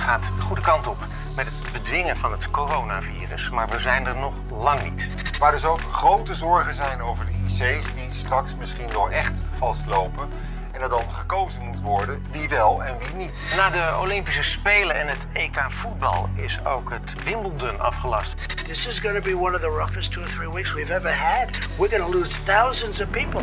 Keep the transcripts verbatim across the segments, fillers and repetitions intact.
gaat de goede kant op met het bedwingen van het coronavirus. Maar we zijn er nog lang niet. Waar dus ook grote zorgen zijn over de I C's die straks misschien wel echt vastlopen. En er dan gekozen moet worden wie wel en wie niet. Na de Olympische Spelen en het E K voetbal is ook het Wimbledon afgelast. This is going to be one of the roughest two or three weeks we've ever had. We're going to lose thousands of people.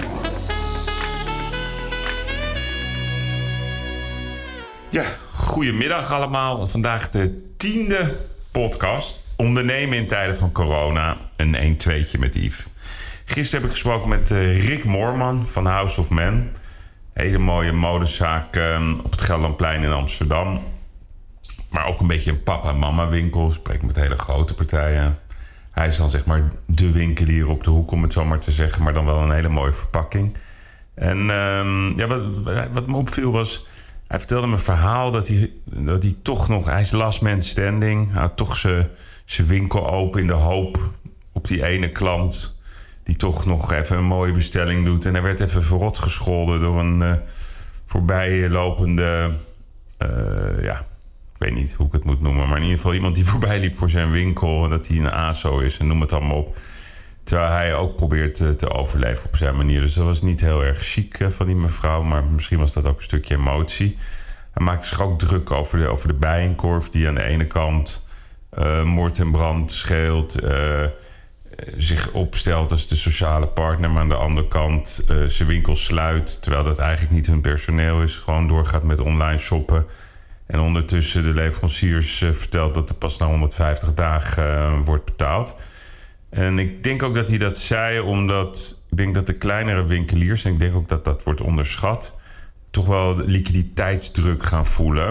Ja, goedemiddag allemaal. Vandaag de tiende podcast. Ondernemen in tijden van corona. Een een-tweetje met Yves. Gisteren heb ik gesproken met uh, Rick Moorman van House of Man. Hele mooie modezaak uh, op het Gelderlandplein in Amsterdam. Maar ook een beetje een papa-mama winkel. Spreek met hele grote partijen. Hij is dan zeg maar de winkelier op de hoek, om het zo maar te zeggen. Maar dan wel een hele mooie verpakking. En uh, ja, wat, wat me opviel was... Hij vertelde me een verhaal dat hij, dat hij toch nog... Hij is last man standing. Hij had toch zijn winkel open in de hoop op die ene klant... die toch nog even een mooie bestelling doet. En hij werd even verrot gescholden door een uh, voorbijlopende... Uh, ja, ik weet niet hoe ik het moet noemen... maar in ieder geval iemand die voorbij liep voor zijn winkel... en dat hij een A S O is en noem het allemaal op... Terwijl hij ook probeert te, te overleven op zijn manier. Dus dat was niet heel erg chic uh, van die mevrouw. Maar misschien was dat ook een stukje emotie. Hij maakte zich ook druk over de, over de bijenkorf... die aan de ene kant uh, moord en brand scheelt... Uh, zich opstelt als de sociale partner... maar aan de andere kant uh, zijn winkel sluit... terwijl dat eigenlijk niet hun personeel is. Gewoon doorgaat met online shoppen. En ondertussen de leveranciers uh, vertelt... dat er pas na honderdvijftig dagen uh, wordt betaald... En ik denk ook dat hij dat zei omdat... ik denk dat de kleinere winkeliers... en ik denk ook dat dat wordt onderschat... toch wel de liquiditeitsdruk gaan voelen.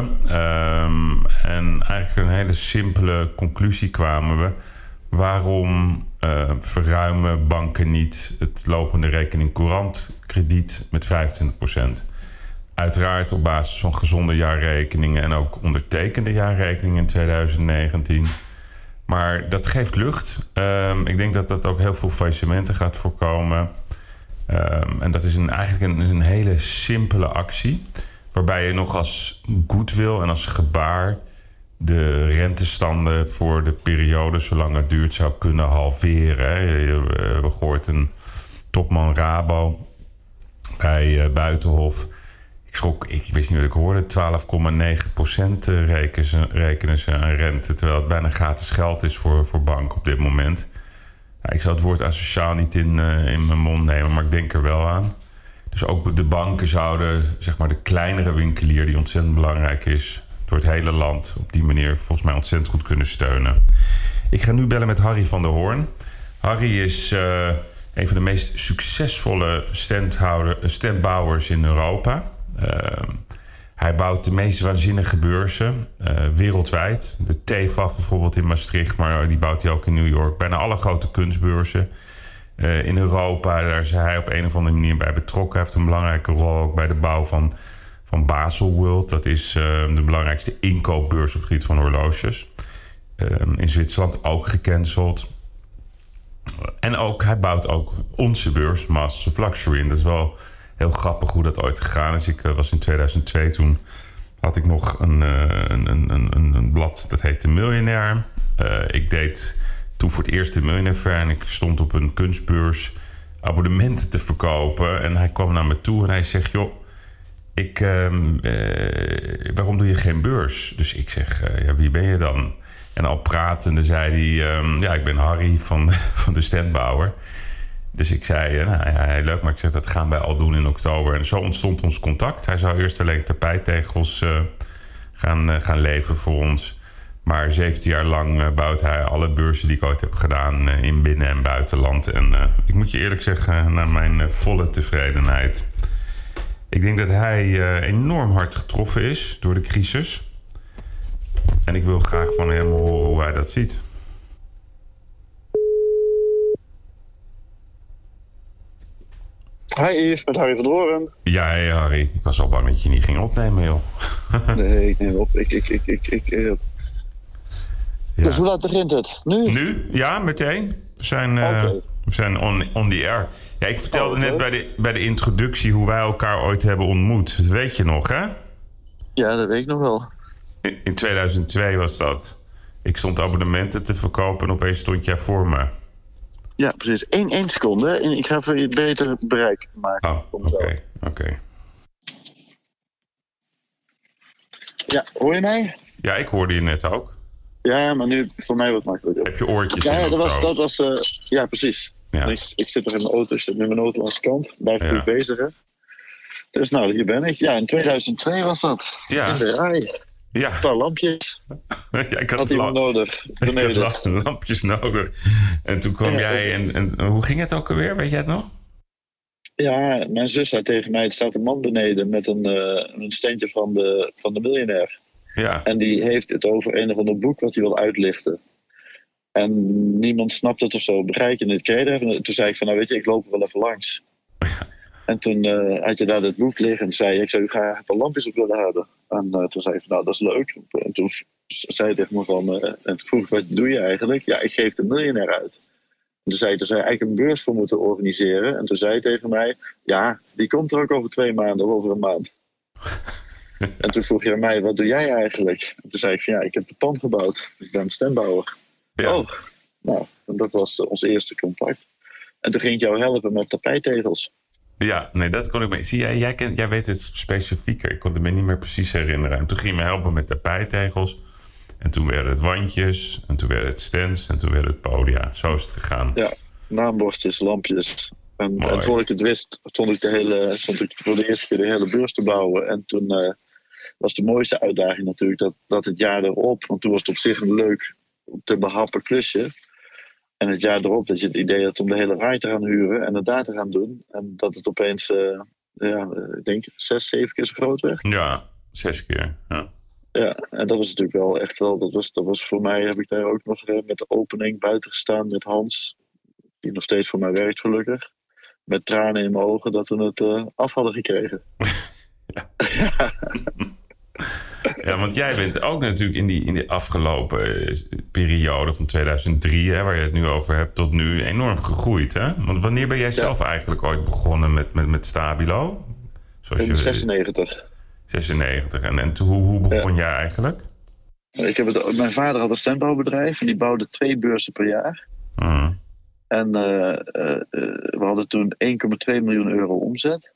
Um, en eigenlijk een hele simpele conclusie kwamen we. Waarom uh, verruimen banken niet... het lopende rekening courantkrediet met vijfentwintig procent? Uiteraard op basis van gezonde jaarrekeningen... en ook ondertekende jaarrekeningen in twintig negentien... Maar dat geeft lucht. Um, ik denk dat dat ook heel veel faillissementen gaat voorkomen. Um, en dat is een, eigenlijk een, een hele simpele actie. Waarbij je nog als goodwill en als gebaar... de rentestanden voor de periode, zolang het duurt, zou kunnen halveren. We gehoord een topman Rabo bij uh, Buitenhof... Ik schrok, ik wist niet wat ik hoorde. twaalf komma negen procent rekenen ze, rekenen ze aan rente. Terwijl het bijna gratis geld is voor, voor banken op dit moment. Ja, ik zal het woord asociaal niet in, uh, in mijn mond nemen, maar ik denk er wel aan. Dus ook de banken zouden, zeg maar, de kleinere winkelier... die ontzettend belangrijk is door het hele land... op die manier volgens mij ontzettend goed kunnen steunen. Ik ga nu bellen met Harry van der Hoorn. Harry is uh, een van de meest succesvolle standbouwers in Europa... Uh, hij bouwt de meest waanzinnige beurzen uh, wereldwijd. De T F A F bijvoorbeeld in Maastricht, maar die bouwt hij ook in New York. Bijna alle grote kunstbeurzen uh, in Europa. Daar is hij op een of andere manier bij betrokken. Hij heeft een belangrijke rol ook bij de bouw van, van Baselworld. Dat is uh, de belangrijkste inkoopbeurs op het gebied van horloges. Uh, in Zwitserland ook gecanceld. En ook, hij bouwt ook onze beurs, Masters of Luxury. En dat is wel... heel grappig hoe dat ooit gegaan is. Ik uh, was in tweeduizend twee, toen had ik nog een, uh, een, een, een, een blad dat heette Miljonair. Uh, ik deed toen voor het eerst de Miljonair Fair... en ik stond op een kunstbeurs abonnementen te verkopen. En hij kwam naar me toe en hij zegt... joh, ik, uh, uh, waarom doe je geen beurs? Dus ik zeg, uh, ja, wie ben je dan? En al pratende zei hij... Um, ja, ik ben Harry van, van de standbouwer. Dus ik zei, nou ja, leuk, maar ik zeg, dat gaan wij al doen in oktober. En zo ontstond ons contact. Hij zou eerst alleen tapijttegels uh, gaan, uh, gaan leveren voor ons. Maar zeventien jaar lang uh, bouwt hij alle beurzen die ik ooit heb gedaan... Uh, in binnen- en buitenland. En uh, ik moet je eerlijk zeggen, naar mijn uh, volle tevredenheid. Ik denk dat hij uh, enorm hard getroffen is door de crisis. En ik wil graag van hem horen hoe hij dat ziet. Hi Yves, met Harry van der Hoorn. Ja, hey Harry. Ik was al bang dat je niet ging opnemen, joh. Nee, ik neem op. Ik, ik, ik, ik, ik, ik. Ja. Dus hoe laat begint het? Nu? Nu? Ja, meteen. We zijn, uh, okay. we zijn on, on the air. Ja, ik vertelde oh, okay. net bij de, bij de introductie hoe wij elkaar ooit hebben ontmoet. Dat weet je nog, hè? Ja, dat weet ik nog wel. In, in tweeduizend twee was dat. Ik stond abonnementen te verkopen en opeens stond jij voor me. Ja, precies. Eén, één seconde. En ik ga even beter bereik maken. Oh, oké. Okay, oké. Okay. Ja, hoor je mij? Ja, ik hoorde je net ook. Ja, maar nu voor mij wat makkelijker. Heb je oortjes ja, in ja, dat was, zo? dat was uh, ja, precies. Ja. Ik, ik zit nog in mijn auto, ik zit met mijn auto aan de kant. Blijf goed ja. bezig, hè. Dus nou, hier ben ik. Ja, in tweeduizend twee was dat. Ja. In de rij. Ja. Een paar lampjes. ja, ik had, had iemand lamp... nodig. Ik had lampjes nodig. En toen kwam ja, jij en, en hoe ging het ook alweer? Weet jij het nog? Ja, mijn zus zei tegen mij, er staat een man beneden met een, uh, een steentje van de, van de miljonair. Ja. En die heeft het over een of ander boek wat hij wil uitlichten. En niemand snapt het of zo. Begrijp je het? En toen zei ik van, nou weet je, ik loop er wel even langs. En toen uh, had je daar dat boek liggen en zei ik zou u graag een paar lampjes op willen hebben. En uh, toen zei ik van, nou dat is leuk. En toen zei hij tegen me van, uh, en toen vroeg ik, wat doe je eigenlijk? Ja, ik geef de miljonair uit. En toen zei hij, daar zou je eigenlijk een beurs voor moeten organiseren. En toen zei hij tegen mij, ja, die komt er ook over twee maanden of over een maand. En toen vroeg hij aan mij, wat doe jij eigenlijk? En toen zei ik van, ja, ik heb de pand gebouwd. Ik ben standbouwer. Ja. Oh, nou, en dat was uh, ons eerste contact. En toen ging ik jou helpen met tapijttegels. Ja, nee, dat kon ik mee. Zie jij, jij, ken, jij weet het specifieker. Ik kon het me niet meer precies herinneren. En toen ging je me helpen met tapijttegels. En toen werden het wandjes. En toen werden het stands. En toen werden het podia. Zo is het gegaan. Ja, naambordjes, lampjes. En, en voor ik het wist, stond ik, de hele, stond ik voor de eerste keer de hele beurs te bouwen. En toen uh, was de mooiste uitdaging natuurlijk dat, dat het jaar erop. Want toen was het op zich een leuk te behappen klusje. En het jaar erop dat je het idee had om de hele rij te gaan huren en het daar te gaan doen. En dat het opeens, uh, ja, ik denk zes, zeven keer zo groot werd. Ja, zes keer. Ja, ja en dat was natuurlijk wel echt wel, dat was, dat was voor mij, heb ik daar ook nog met de opening buiten gestaan met Hans. Die nog steeds voor mij werkt gelukkig. Met tranen in mijn ogen dat we het uh, af hadden gekregen. ja. Ja, want jij bent ook natuurlijk in die, in die afgelopen periode van tweeduizend drie, hè, waar je het nu over hebt, tot nu enorm gegroeid. Hè? Want wanneer ben jij zelf ja. eigenlijk ooit begonnen met, met, met Stabilo? Zoals in je, zesennegentig. zesennegentig. En, en hoe, hoe begon ja. jij eigenlijk? Ik heb het, mijn vader had een standbouwbedrijf en die bouwde twee beurzen per jaar. Mm. En uh, uh, uh, we hadden toen één komma twee miljoen euro omzet.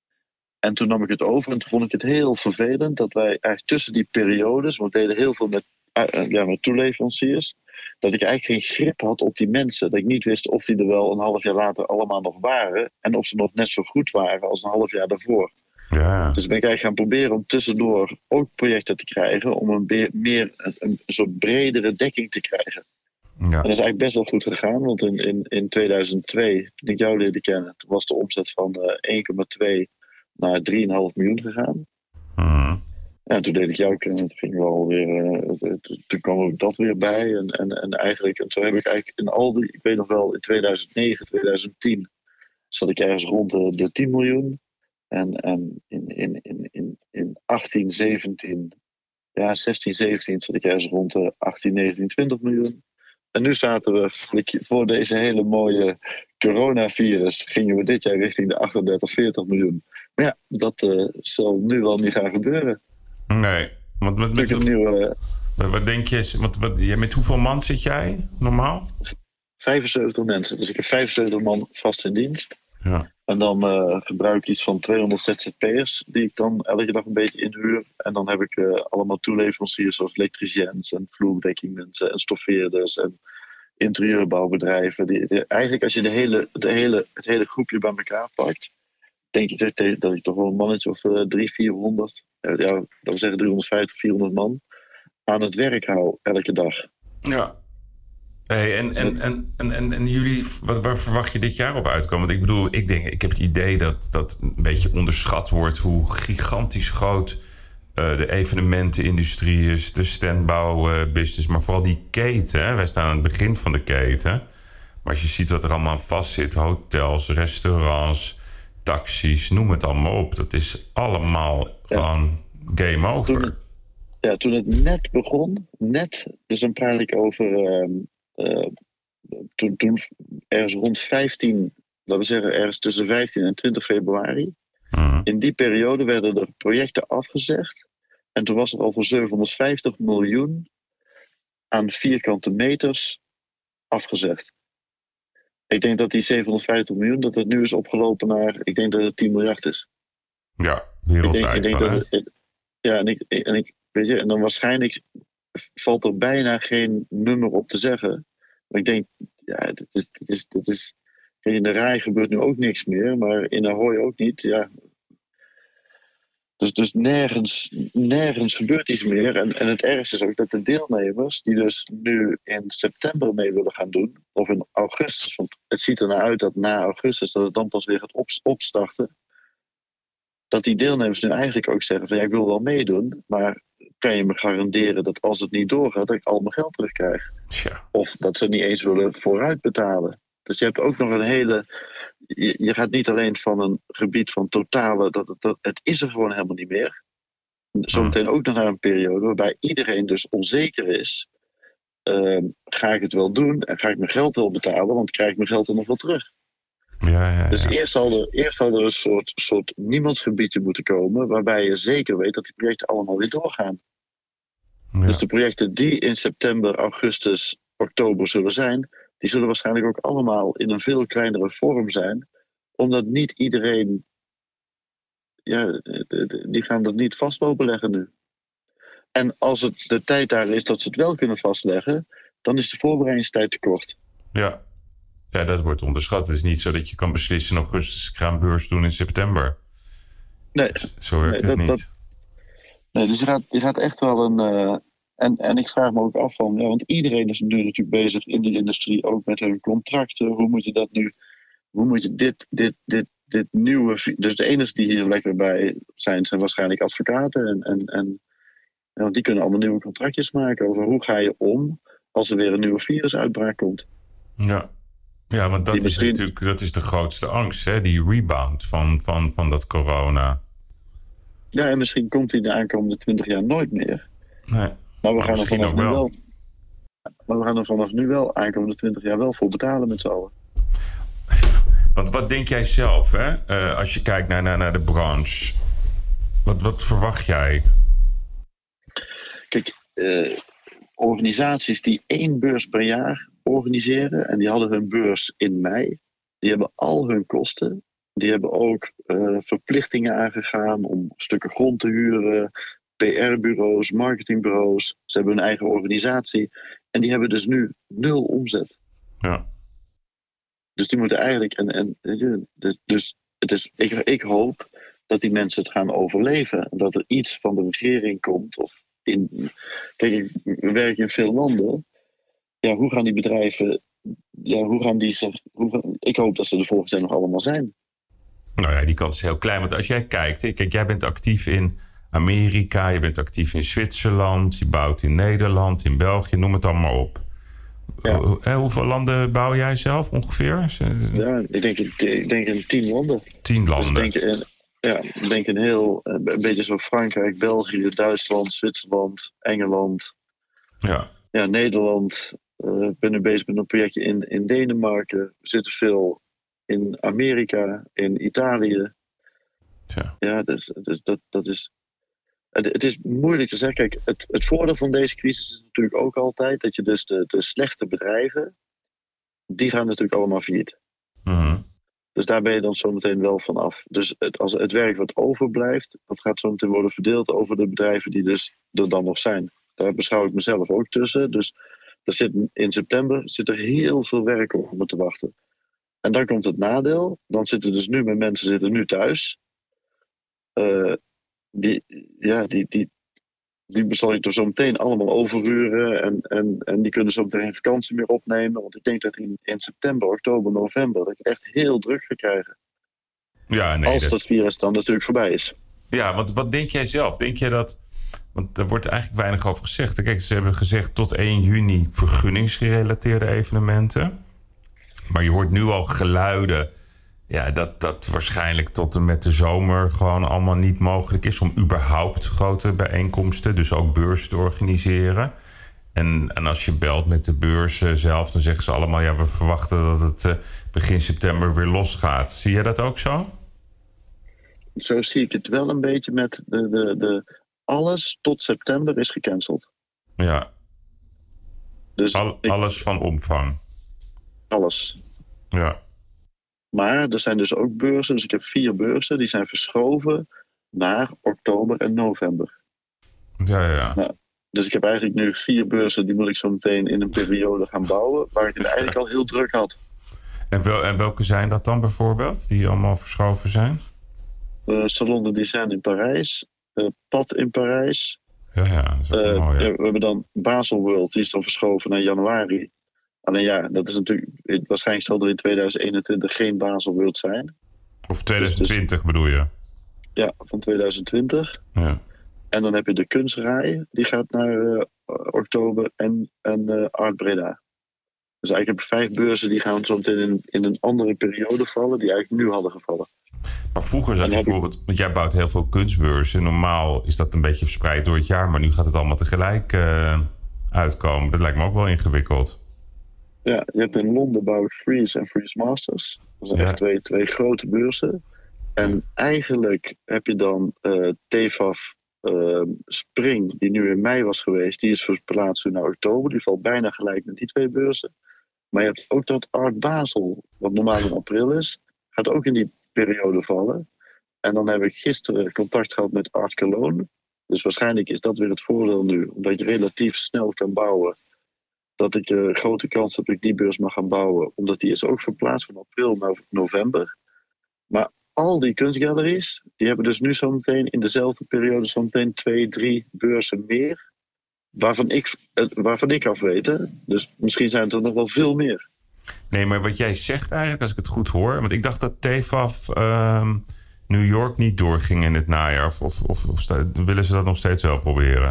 En toen nam ik het over en toen vond ik het heel vervelend dat wij eigenlijk tussen die periodes, want we deden heel veel met, uh, ja, met toeleveranciers, dat ik eigenlijk geen grip had op die mensen. Dat ik niet wist of die er wel een half jaar later allemaal nog waren en of ze nog net zo goed waren als een half jaar daarvoor. Ja. Dus ben ik eigenlijk gaan proberen om tussendoor ook projecten te krijgen om een be- meer een, een soort bredere dekking te krijgen. Ja. En dat is eigenlijk best wel goed gegaan, want in, in, in tweeduizend twee, toen ik jou leerde kennen, toen was de omzet van uh, één komma twee naar drie komma vijf miljoen gegaan. Mm. En toen deed ik jou kennen, toen ging we alweer, uh, toen kwam ook dat weer bij. En, en, en eigenlijk, en zo heb ik eigenlijk in al die, ik weet nog wel, in tweeduizend negen, tweeduizend tien zat ik ergens rond de, de tien miljoen. En, en in, in, in, in, in achttien, zeventien, ja, zestien, zeventien zat ik ergens rond de achttien, negentien, twintig miljoen. En nu zaten we voor deze hele mooie coronavirus, gingen we dit jaar richting de achtendertig, veertig miljoen. Maar ja, dat uh, zal nu wel niet gaan gebeuren. Nee, want met, met, met, nieuwe, uh, wat denk je, wat, wat, met hoeveel man zit jij normaal? vijfenzeventig mensen, dus ik heb vijfenzeventig man vast in dienst. Ja. En dan uh, gebruik ik iets van tweehonderd Z Z P'ers die ik dan elke dag een beetje inhuur. En dan heb ik uh, allemaal toeleveranciers zoals elektriciëns en vloerdekkingmensen en stoffeerders en interieurbouwbedrijven. Die, die, eigenlijk als je de hele, de hele, het hele groepje bij elkaar pakt, denk ik dat, dat ik toch wel een mannetje of uh, drie, vierhonderd, uh, ja, dat wil zeggen driehonderdvijftig, vierhonderd man aan het werk hou elke dag. Ja. Hey, en, en, en, en, en, en jullie, wat, waar verwacht je dit jaar op uitkomen? Want ik bedoel, ik denk, ik heb het idee dat dat een beetje onderschat wordt hoe gigantisch groot uh, de evenementenindustrie is, de standbouwbusiness, uh, maar vooral die keten. Hè? Wij staan aan het begin van de keten. Maar als je ziet wat er allemaal aan vast zit, hotels, restaurants, taxis, noem het allemaal op. Dat is allemaal ja. gewoon game over. Toen, ja, toen het net begon, net, dus dan praat ik over... Um, Uh, toen, toen ergens rond vijftien, laten we zeggen ergens tussen vijftien en twintig februari. Uh-huh. In die periode werden er projecten afgezegd. En toen was er al voor zevenhonderdvijftig miljoen aan vierkante meters afgezegd. Ik denk dat die zevenhonderdvijftig miljoen, dat het nu is opgelopen naar, ik denk dat het tien miljard is. Ja, wereldwijd. Ik denk, ik denk dan, dat het, ja, en ik, en ik, weet je, en dan waarschijnlijk valt er bijna geen nummer op te zeggen. Maar ik denk, ja, dat is, dat is, dat is, in de Rai gebeurt nu ook niks meer, maar in Ahoy ook niet, ja. Dus, dus nergens, nergens gebeurt iets meer. En, en het ergste is ook dat de deelnemers die dus nu in september mee willen gaan doen, of in augustus, want het ziet er naar uit dat na augustus dat het dan pas weer gaat op, opstarten, dat die deelnemers nu eigenlijk ook zeggen van ja, ik wil wel meedoen, maar kan je me garanderen dat als het niet doorgaat, dat ik al mijn geld terugkrijg? Tja. Of dat ze niet eens willen vooruit betalen. Dus je hebt ook nog een hele... Je, je gaat niet alleen van een gebied van totale... Dat, dat, dat, het is er gewoon helemaal niet meer. Zometeen ook nog naar een periode waarbij iedereen dus onzeker is. Uh, ga ik het wel doen en ga ik mijn geld wel betalen, want krijg ik mijn geld dan nog wel terug? Ja, ja, ja. Dus eerst zal er, eerst zal er een soort, soort niemandsgebiedje moeten komen, waarbij je zeker weet dat die projecten allemaal weer doorgaan. Ja. Dus de projecten die in september, augustus, oktober zullen zijn, die zullen waarschijnlijk ook allemaal in een veel kleinere vorm zijn, omdat niet iedereen, ja, die gaan dat niet vastlopen leggen nu. En als het de tijd daar is dat ze het wel kunnen vastleggen, dan is de voorbereidingstijd te kort. Ja. Ja, dat wordt onderschat. Het is niet zo dat je kan beslissen in augustus, ik ga een beurs doen in september. Nee. Zo werkt nee, het dat, niet. Dat, nee, dus je gaat, je gaat echt wel een... Uh, en, en ik vraag me ook af van... Ja, want iedereen is nu natuurlijk bezig in die industrie, ook met hun contracten. Hoe moet je dat nu... Hoe moet je dit, dit, dit, dit nieuwe... Dus de enige die hier lekker bij zijn, zijn waarschijnlijk advocaten. En, en, en, ja, want die kunnen allemaal nieuwe contractjes maken over hoe ga je om als er weer een nieuwe virusuitbraak komt. Ja. Ja, want dat die is misschien... natuurlijk dat is de grootste angst, hè? Die rebound van, van, van dat corona. Ja, en misschien komt die de aankomende twintig jaar nooit meer. Nee, maar we maar gaan er misschien vanaf ook nu wel. wel. Maar we gaan er vanaf nu wel aankomende twintig jaar wel voor betalen met z'n allen. Want wat denk jij zelf, hè? Uh, als je kijkt naar, naar, naar de branche. Wat, wat verwacht jij? Kijk, uh, organisaties die één beurs per jaar organiseren, en die hadden hun beurs in mei, die hebben al hun kosten. Die hebben ook uh, verplichtingen aangegaan om stukken grond te huren, P R-bureaus, marketingbureaus. Ze hebben hun eigen organisatie. En die hebben dus nu nul omzet. Ja. Dus die moeten eigenlijk... En, en, dus, dus het is, ik, ik hoop dat die mensen het gaan overleven. En dat er iets van de regering komt. Of in, kijk, ik werk in veel landen. Ja, hoe gaan die bedrijven... Ja, hoe gaan die zich... Hoe gaan, ik hoop dat ze er volgend jaar nog allemaal zijn. Nou ja, die kans is heel klein. Want als jij kijkt... Hè, kijk, jij bent actief in Amerika. Je bent actief in Zwitserland. Je bouwt in Nederland, in België. Noem het allemaal op. Ja. Hoe, hoeveel landen bouw jij zelf ongeveer? Ja, ik denk, ik denk in tien landen. Tien landen. Dus ik denk in, ja, ik denk in heel... Een beetje zo Frankrijk, België, Duitsland, Zwitserland, Engeland. Ja. Ja, Nederland. Ik uh, ben nu bezig met een projectje in, in Denemarken. We zitten veel in Amerika, in Italië. Ja, ja dus, dus dat, dat is... Het, het is moeilijk te zeggen. Kijk, het, het voordeel van deze crisis is natuurlijk ook altijd dat je dus de, de slechte bedrijven, die gaan natuurlijk allemaal failliet. Mm-hmm. Dus daar ben je dan zometeen wel van af. Dus het, als het werk wat overblijft, dat gaat zometeen worden verdeeld over de bedrijven die dus er dan nog zijn. Daar beschouw ik mezelf ook tussen. Dus er zit, in september zit er heel veel werk op me te wachten. En dan komt het nadeel. Dan zitten dus nu met mensen zitten nu thuis. Uh, die, ja, die, die, die zal je toch zo meteen allemaal overhuren. En, en, en die kunnen zo meteen geen vakantie meer opnemen. Want ik denk dat in, in september, oktober, november, dat je het echt heel druk gaat krijgen. Ja, nee, Als dat... dat virus dan natuurlijk voorbij is. Ja, want wat denk jij zelf? Denk jij dat... Want er wordt eigenlijk weinig over gezegd. Kijk, ze hebben gezegd tot één juni vergunningsgerelateerde evenementen. Maar je hoort nu al geluiden... Ja, dat dat waarschijnlijk tot en met de zomer gewoon allemaal niet mogelijk is... om überhaupt grote bijeenkomsten, dus ook beurzen te organiseren. En, en als je belt met de beurzen zelf, dan zeggen ze allemaal... ja, we verwachten dat het uh, begin september weer losgaat. Zie jij dat ook zo? Zo zie ik het wel een beetje met de, de, de alles tot september is gecanceld. Ja. Dus Al, ik, alles van omvang. alles. Ja. Maar er zijn dus ook beurzen, dus ik heb vier beurzen, die zijn verschoven naar oktober en november. Ja, ja, ja. Nou, dus ik heb eigenlijk nu vier beurzen, die moet ik zo meteen in een periode gaan bouwen, waar ik het eigenlijk al heel druk had. En, wel, en welke zijn dat dan bijvoorbeeld, die allemaal verschoven zijn? Uh, Salon de Design in Parijs, uh, Pad in Parijs. Ja, ja, dat is ook Uh, mooi. Ja. We hebben dan Basel World, die is dan verschoven naar januari. Alleen ja, dat is natuurlijk, waarschijnlijk zal er in tweeduizend eenentwintig geen Basel World zijn. Of tweeduizend twintig bedoel je? Ja, van tweeduizend twintig. Ja. En dan heb je de kunstrij, die gaat naar uh, oktober en, en uh, Art Breda. Dus eigenlijk heb ik vijf beurzen die gaan zo meteen in, in een andere periode vallen, die eigenlijk nu hadden gevallen. Maar vroeger zag En je heb ik- bijvoorbeeld, want jij bouwt heel veel kunstbeurzen. Normaal is dat een beetje verspreid door het jaar, maar nu gaat het allemaal tegelijk uh, uitkomen. Dat lijkt me ook wel ingewikkeld. Ja, je hebt in Londen bouw ik Freeze en Freeze Masters. Dat zijn Ja. echt twee, twee grote beurzen. En eigenlijk heb je dan uh, T F A F uh, Spring, die nu in mei was geweest, die is verplaatst nu naar oktober. Die valt bijna gelijk met die twee beurzen. Maar je hebt ook dat Art Basel, wat normaal in april is, gaat ook in die periode vallen. En dan heb ik gisteren contact gehad met Art Cologne. Dus waarschijnlijk is dat weer het voordeel nu, omdat je relatief snel kan bouwen. Dat ik een uh, grote kans heb dat ik die beurs mag gaan bouwen. Omdat die is ook verplaatst van april naar november. Maar al die kunstgaleries, die hebben dus nu zometeen in dezelfde periode zometeen twee, drie beurzen meer. Waarvan ik, waarvan ik af weet. Hè? Dus misschien zijn het er nog wel veel meer. Nee, maar wat jij zegt eigenlijk, als ik het goed hoor... want ik dacht dat T F A F uh, New York niet doorging in het najaar. Of, of, of, of sta, willen ze dat nog steeds wel proberen?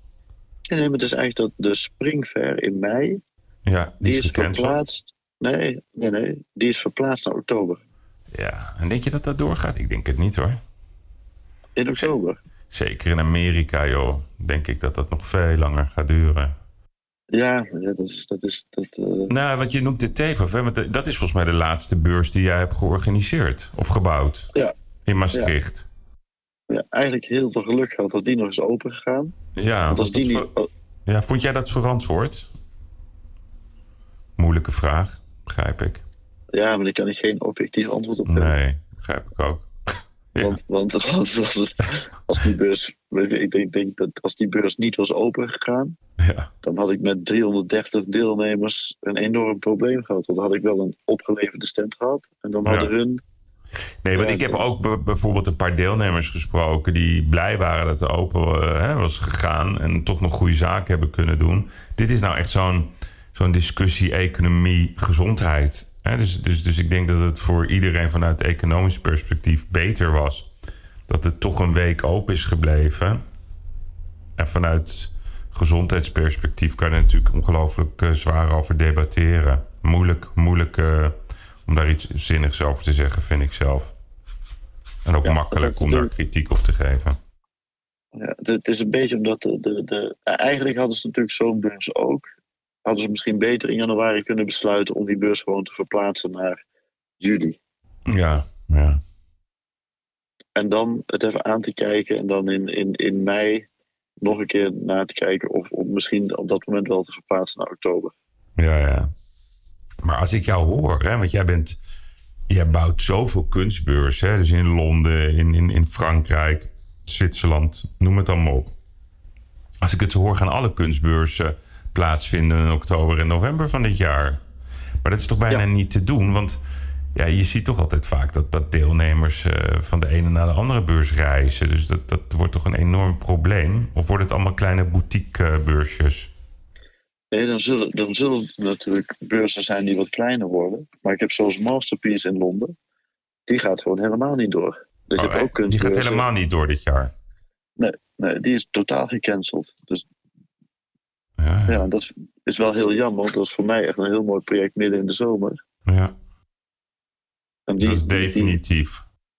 Nee, maar het is eigenlijk dat de Spring Fair in mei... Ja, die, die is is gecanceld. verplaatst... Nee, nee, nee. Die is verplaatst naar oktober. Ja, en denk je dat dat doorgaat? Ik denk het niet hoor. In oktober? Zeker in Amerika, joh. Denk ik dat dat nog veel langer gaat duren. Ja, ja dat is... Dat is dat, uh... Nou, want je noemt de T F A F, hè? Want dat is volgens mij de laatste beurs die jij hebt georganiseerd. Of gebouwd. Ja. In Maastricht. Ja, eigenlijk heel veel geluk gehad dat die nog is open gegaan. Ja, Want als was die dat niet... ver... ja, vond jij dat verantwoord? Moeilijke vraag, begrijp ik. Ja, maar daar kan ik geen objectief antwoord op geven. Nee, begrijp ik ook. Ja. Want, want als, als, als die beurs, weet je, ik denk, denk dat als die beurs niet was opengegaan, Ja. dan had ik met driehonderddertig deelnemers een enorm probleem gehad. Want dan had ik wel een opgeleverde stand gehad. En dan hadden Ja. hun... Nee, want Ja, ik heb ja. ook b- bijvoorbeeld een paar deelnemers gesproken die blij waren dat het open uh, hè, was gegaan en toch nog goede zaken hebben kunnen doen. Dit is nou echt zo'n, zo'n discussie economie, gezondheid. Hè? Dus, dus, dus ik denk dat het voor iedereen vanuit economisch perspectief beter was dat het toch een week open is gebleven. En vanuit gezondheidsperspectief kan je er natuurlijk ongelooflijk uh, zwaar over debatteren. Moeilijk, moeilijk... Uh, om daar iets zinnigs over te zeggen, vind ik zelf. En ook Ja, makkelijk dat om daar natuurlijk- kritiek op te geven. Ja, het, het is een beetje omdat de, de, de... Eigenlijk hadden ze natuurlijk zo'n beurs ook. Hadden ze misschien beter in januari kunnen besluiten om die beurs gewoon te verplaatsen naar juli. Ja, ja. En dan het even aan te kijken en dan in, in, in mei nog een keer na te kijken of, of misschien op dat moment wel te verplaatsen naar oktober. Ja, ja. Maar als ik jou hoor, hè, want jij bent... Jij bouwt zoveel kunstbeurzen, hè, dus in Londen, in, in, in Frankrijk, Zwitserland, noem het allemaal op. Als ik het zo hoor, gaan alle kunstbeurzen plaatsvinden in oktober en november van dit jaar. Maar dat is toch bijna Ja. niet te doen, want ja, je ziet toch altijd vaak dat, dat deelnemers uh, van de ene naar de andere beurs reizen. Dus dat, dat wordt toch een enorm probleem? Of worden het allemaal kleine boutique beursjes? Nee, dan zullen, dan zullen het natuurlijk beurzen zijn die wat kleiner worden. Maar ik heb zoals Masterpiece in Londen. Die gaat gewoon helemaal niet door. Dus je Oh, hebt ook die gaat kunstbeurzen. helemaal niet door dit jaar. Nee, nee, die is totaal gecanceld. Dus Ja, ja, dat is, is wel heel jammer. Want dat is voor mij echt een heel mooi project midden in de zomer. ja. En Dus die, dat is die- die- definitief.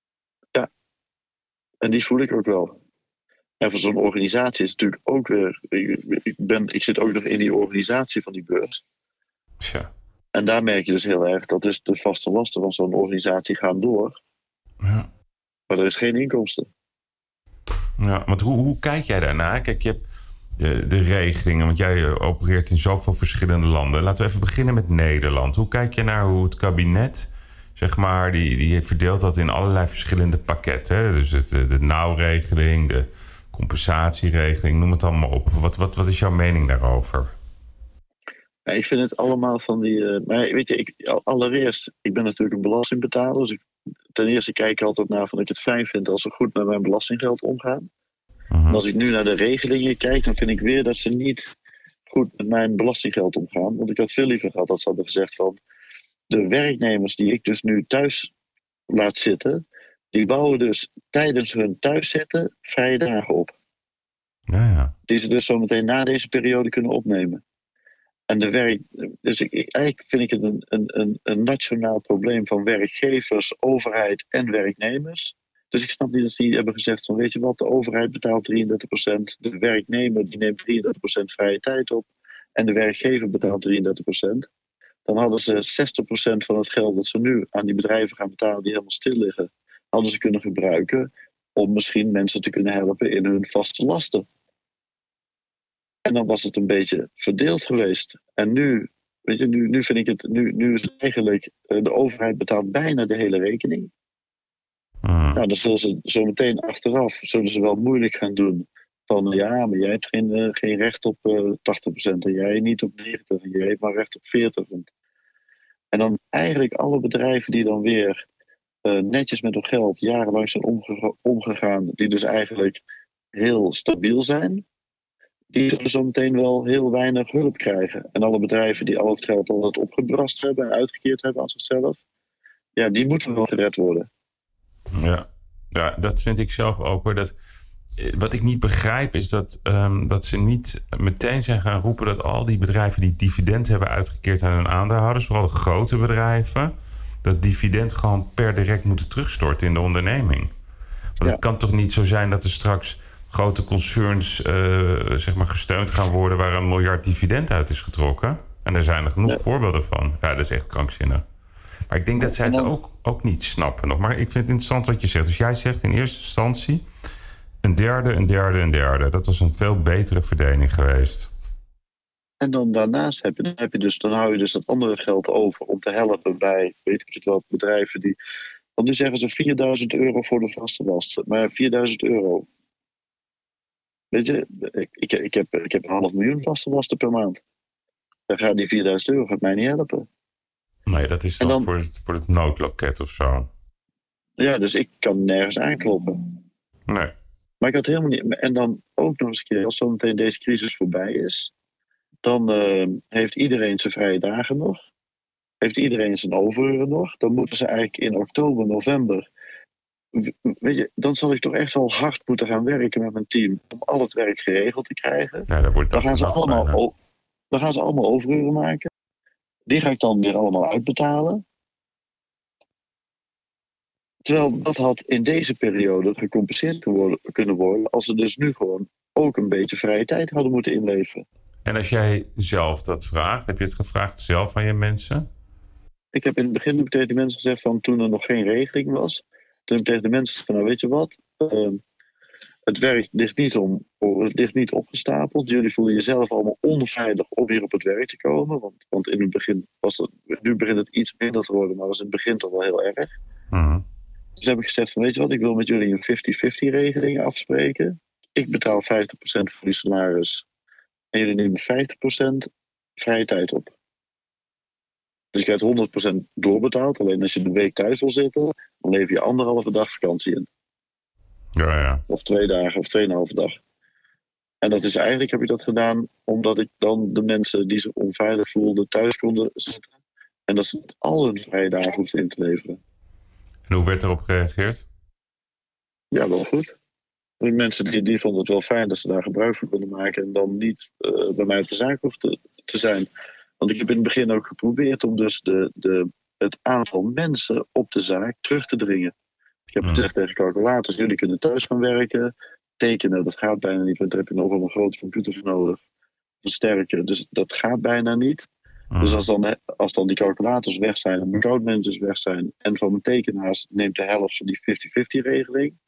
en die voel ik ook wel. En voor zo'n organisatie is het natuurlijk ook weer... Ik, ik, ben, ik zit ook nog in die organisatie van die beurs. Tja. En daar merk je dus heel erg dat dus de vaste lasten van zo'n organisatie gaan door. Ja. Maar er is geen inkomsten. Ja, want hoe, hoe kijk jij daarnaar? Kijk, je hebt de, de regelingen, want jij opereert in zoveel verschillende landen. Laten we even beginnen met Nederland. Hoe kijk je naar hoe het kabinet, zeg maar, die, die verdeelt dat in allerlei verschillende pakketten. Hè? Dus het, de, de nauwregeling, de compensatieregeling, noem het allemaal op. Wat, wat, wat is jouw mening daarover? Ja, ik vind het allemaal van die... Uh, maar weet je, ik, allereerst, ik ben natuurlijk een belastingbetaler. Dus ik, ten eerste kijk ik altijd naar van dat ik het fijn vind als ze goed met mijn belastinggeld omgaan. Uh-huh. En als ik nu naar de regelingen kijk, dan vind ik weer dat ze niet goed met mijn belastinggeld omgaan. Want ik had veel liever gehad dat ze hadden gezegd van... de werknemers die ik dus nu thuis laat zitten... die bouwen dus tijdens hun thuiszitten vrije dagen op. Ja, ja. Die ze dus zometeen na deze periode kunnen opnemen. En de werk, dus ik, ik, eigenlijk vind ik het een, een, een, een nationaal probleem van werkgevers, overheid en werknemers. Dus ik snap niet dat die hebben gezegd van weet je wat, de overheid betaalt drieëndertig procent, de werknemer die neemt drieëndertig procent vrije tijd op en de werkgever betaalt drieëndertig procent. Dan hadden ze zestig procent van het geld dat ze nu aan die bedrijven gaan betalen die helemaal stil liggen, hadden ze kunnen gebruiken om misschien mensen te kunnen helpen in hun vaste lasten. En dan was het een beetje verdeeld geweest. En nu, weet je, nu, nu vind ik het, nu, nu is het eigenlijk, de overheid betaalt bijna de hele rekening. Hmm. Nou, dan zullen ze zo meteen achteraf, zullen ze wel moeilijk gaan doen. Van ja, maar jij hebt geen, uh, geen recht op uh, tachtig procent en jij niet op negentig procent en jij hebt maar recht op veertig procent. En dan eigenlijk alle bedrijven die dan weer uh, netjes met hun geld jarenlang zijn omge- omgegaan, die dus eigenlijk heel stabiel zijn, die zullen zo meteen wel heel weinig hulp krijgen. En alle bedrijven die al het geld al wat opgebrast hebben en uitgekeerd hebben aan zichzelf, ja, die moeten wel gered worden. Ja, ja, dat vind ik zelf ook hoor. Dat, wat ik niet begrijp is dat, um, dat ze niet meteen zijn gaan roepen dat al die bedrijven die dividend hebben uitgekeerd aan hun aandeelhouders, vooral de grote bedrijven, dat dividend gewoon per direct moeten terugstorten in de onderneming. Want ja. Het kan toch niet zo zijn dat er straks grote concerns uh, zeg maar gesteund gaan worden waar een miljard dividend uit is getrokken. En er zijn er genoeg ja. voorbeelden van. Ja, dat is echt krankzinnig. Maar ik denk dat zij het ook, ook niet snappen nog. Maar ik vind het interessant wat je zegt. Dus jij zegt in eerste instantie een derde, een derde, een derde. Dat was een veel betere verdeling geweest. En dan daarnaast heb je, dan heb je dus, dan hou je dus dat andere geld over om te helpen bij, weet ik het wel, bedrijven die. Want nu zeggen ze vierduizend euro voor de vaste lasten. Maar vierduizend euro. Weet je, ik, ik, ik, heb, ik heb een half miljoen vaste lasten per maand. Dan gaat die vierduizend euro gaat mij niet helpen. Nee, dat is dan, dan voor, het, voor het noodloket of zo. Ja, dus ik kan nergens aankloppen. Nee. Maar ik had helemaal niet. En dan ook nog eens een keer, als zometeen deze crisis voorbij is, dan uh, heeft iedereen zijn vrije dagen nog. Heeft iedereen zijn overuren nog. Dan moeten ze eigenlijk in oktober, november. Weet je, dan zal ik toch echt wel hard moeten gaan werken met mijn team om al het werk geregeld te krijgen. Ja, dat wordt dan, gaan ze allemaal, o- dan gaan ze allemaal overuren maken. Die ga ik dan weer allemaal uitbetalen. Terwijl dat had in deze periode gecompenseerd kunnen worden als ze dus nu gewoon ook een beetje vrije tijd hadden moeten inleveren. En als jij zelf dat vraagt, heb je het gevraagd zelf aan je mensen? Ik heb in het begin tegen de mensen gezegd van toen er nog geen regeling was. Toen heb ik tegen de mensen van, nou weet je wat, uh, het werk ligt niet, om, het ligt niet opgestapeld. Jullie voelen jezelf allemaal onveilig om weer op het werk te komen. Want, want in het begin was het, nu begint het iets minder te worden, maar was in het begin toch wel heel erg. Uh-huh. Dus heb ik gezegd van, weet je wat, ik wil met jullie een vijftig-vijftig regeling afspreken. Ik betaal vijftig procent voor die salaris. En jullie nemen vijftig procent vrije tijd op. Dus je krijgt honderd procent doorbetaald. Alleen als je de week thuis wil zitten, dan lever je anderhalve dag vakantie in. Ja, ja. Of twee dagen of tweeënhalve dag. En dat is eigenlijk, heb ik dat gedaan, omdat ik dan de mensen die zich onveilig voelden thuis konden zetten. En dat ze al hun vrije dagen hoefden in te leveren. En hoe werd erop gereageerd? Ja, wel goed. De mensen die, die vonden het wel fijn dat ze daar gebruik van konden maken. En dan niet uh, bij mij op de zaak hoefden te, te zijn. Want ik heb in het begin ook geprobeerd om dus de, de, het aantal mensen op de zaak terug te dringen. Ik heb gezegd tegen calculators, jullie kunnen thuis gaan werken. Tekenen, dat gaat bijna niet, want daar heb je nog wel een grote computer voor nodig. Versterken, dus dat gaat bijna niet. Mm. Dus als dan, als dan die calculators weg zijn en de accountmanagers weg zijn en van mijn tekenaars neemt de helft van die vijftig-vijftig regeling,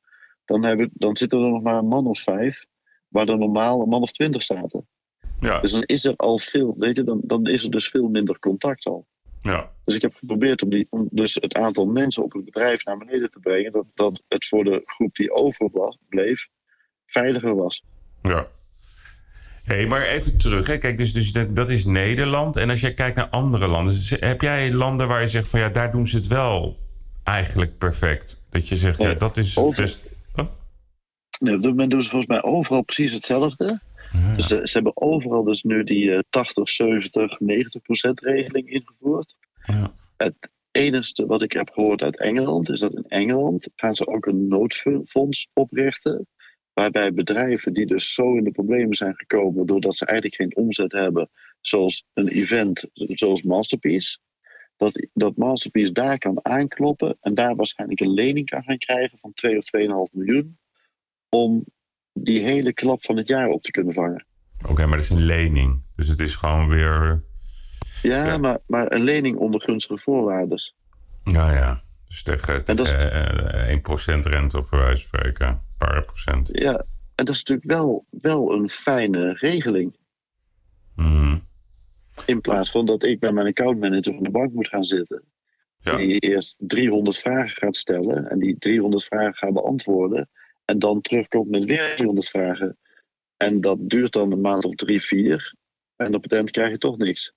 dan, hebben, dan zitten er nog maar een man of vijf, waar er normaal een man of twintig zaten. Ja. Dus dan is er al veel, weet je, dan, dan is er dus veel minder contact al. Ja. Dus ik heb geprobeerd om, die, om dus het aantal mensen op het bedrijf naar beneden te brengen, dat, dat het voor de groep die overbleef veiliger was. Ja. Hey, maar even terug. Hè. Kijk, dus, dus dat, dat is Nederland. En als jij kijkt naar andere landen, dus heb jij landen waar je zegt van ja, daar doen ze het wel eigenlijk perfect? Dat je zegt, Nee, ja, dat is over- best. Oh. Nee, op dit moment doen ze volgens mij overal precies hetzelfde. Ja. Dus ze, ze hebben overal dus nu die uh, tachtig, zeventig, negentig procent regeling ingevoerd. Ja. Het enige wat ik heb gehoord uit Engeland is dat in Engeland gaan ze ook een noodfonds oprichten. Waarbij bedrijven die dus zo in de problemen zijn gekomen doordat ze eigenlijk geen omzet hebben, zoals een event, zoals Masterpiece, dat, dat Masterpiece daar kan aankloppen en daar waarschijnlijk een lening kan gaan krijgen van twee of twee komma vijf miljoen om die hele klap van het jaar op te kunnen vangen. Oké, okay, maar dat is een lening. Dus het is gewoon weer. Ja, Ja. Maar, maar een lening onder gunstige voorwaarden. Ja, ja. Dus tegen, En dat is- tegen uh, één procent rente of bij wijze van spreken. Een paar procent. Ja, en dat is natuurlijk wel, wel een fijne regeling. Mm. In plaats van dat ik bij mijn accountmanager van de bank moet gaan zitten. Ja. Die eerst driehonderd vragen gaat stellen en die driehonderd vragen gaat beantwoorden. En dan terugkomt met weer driehonderd vragen. En dat duurt dan een maand of drie, vier. En op het eind krijg je toch niks.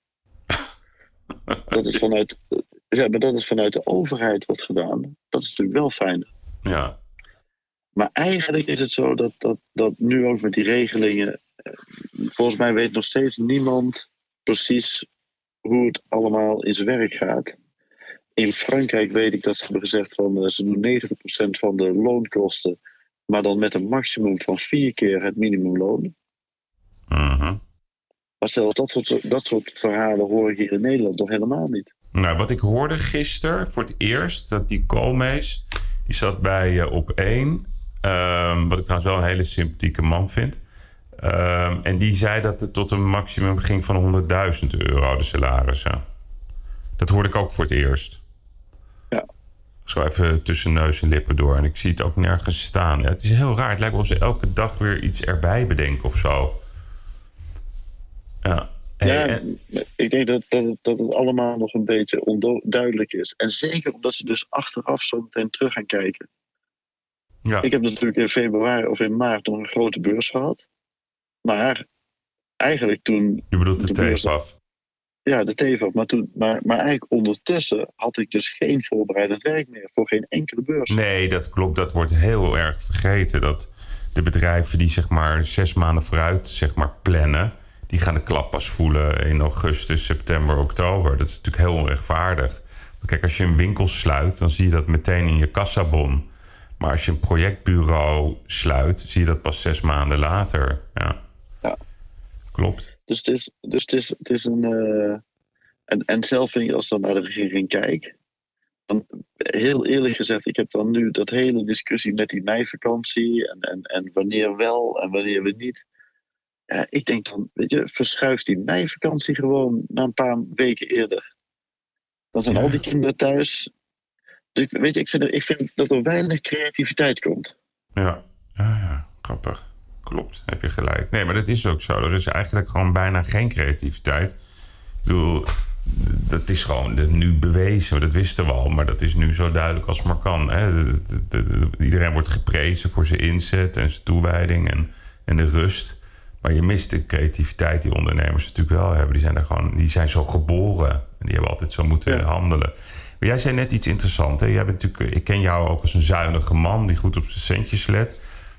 Dat is vanuit, ja, maar dat is vanuit de overheid wat gedaan. Dat is natuurlijk wel fijn. Ja. Maar eigenlijk is het zo dat, dat, dat nu ook met die regelingen. eh, Volgens mij weet nog steeds niemand precies hoe het allemaal in zijn werk gaat. In Frankrijk weet ik dat ze hebben gezegd van eh, ze doen negentig procent van de loonkosten, maar dan met een maximum van vier keer het minimumloon. Mhm. Maar zelfs dat soort, dat soort verhalen hoor ik hier in Nederland nog helemaal niet. Nou, wat ik hoorde gisteren voor het eerst, dat die Koolmees, die zat bij uh, Op één. Um, wat ik trouwens wel een hele sympathieke man vind. Um, en die zei dat het tot een maximum ging van honderdduizend euro, de salarissen. Dat hoorde ik ook voor het eerst. Ja. Zo even tussen neus en lippen door. En ik zie het ook nergens staan. Ja, het is heel raar. Het lijkt wel of ze elke dag weer iets erbij bedenken of zo. Ja. Hey, Ja, en- ik denk dat, dat, het, dat het allemaal nog een beetje onduidelijk is. En zeker omdat ze dus achteraf zo meteen terug gaan kijken. ja. Ik heb natuurlijk in februari of in maart nog een grote beurs gehad. Maar eigenlijk toen... Je bedoelt de, de beurs- T V A F. Ja, de T V A F. Maar, toen, maar, maar eigenlijk ondertussen had ik dus geen voorbereidend werk meer voor geen enkele beurs. Nee, dat klopt. Dat wordt heel erg vergeten. Dat de bedrijven die zeg maar zes maanden vooruit zeg maar, plannen, die gaan de klap pas voelen in augustus, september, oktober. Dat is natuurlijk heel onrechtvaardig. Want kijk, als je een winkel sluit, dan zie je dat meteen in je kassabon. Maar als je een projectbureau sluit, zie je dat pas zes maanden later. Ja, Ja. Klopt. Dus het is, dus het is, het is een... Uh, en, en zelf vind ik, als ik dan naar de regering kijk, dan, heel eerlijk gezegd, ik heb dan nu dat hele discussie met die meivakantie en, en, en wanneer wel en wanneer we niet. Ja, ik denk dan, weet je, verschuift die meivakantie gewoon na een paar weken eerder. Dan zijn Ja. al die kinderen thuis. Dus ik, weet je, ik vind, er, ik vind dat er weinig creativiteit komt. Ja, ja, ja, grappig. Klopt, heb je gelijk. Nee, maar dat is ook zo. Er is eigenlijk gewoon bijna geen creativiteit. Ik bedoel, dat is gewoon nu bewezen. Dat wisten we al, maar dat is nu zo duidelijk als maar kan. Hè? De, de, de, de, iedereen wordt geprezen voor zijn inzet en zijn toewijding en, en de rust. Maar je mist de creativiteit die ondernemers natuurlijk wel hebben. Die zijn, er gewoon, die zijn zo geboren. En die hebben altijd zo moeten Ja. handelen. Maar jij zei net iets interessants. Hè? Jij bent natuurlijk, ik ken jou ook als een zuinige man die goed op zijn centjes let.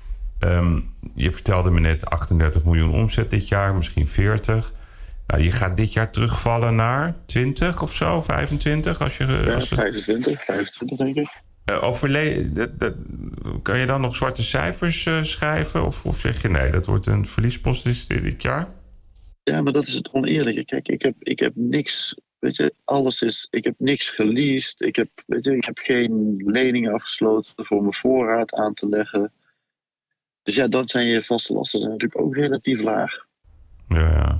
Um, je vertelde me net achtendertig miljoen omzet dit jaar, misschien veertig. Nou, je gaat dit jaar terugvallen naar twintig of zo, vijfentwintig? Als je, Ja, als je, vijfentwintig, vijfentwintig denk ik. uh, overle- dat, dat, kan je dan nog zwarte cijfers uh, schrijven? Of, of zeg je nee, dat wordt een verliespost dit, dit jaar? Ja, maar dat is het oneerlijke. Kijk, ik heb, ik heb niks, weet je, alles is, ik heb niks geleased. Ik heb, weet je, ik heb geen leningen afgesloten voor mijn voorraad aan te leggen. Dus ja, dan zijn je vaste lasten zijn natuurlijk ook relatief laag. Ja, ja.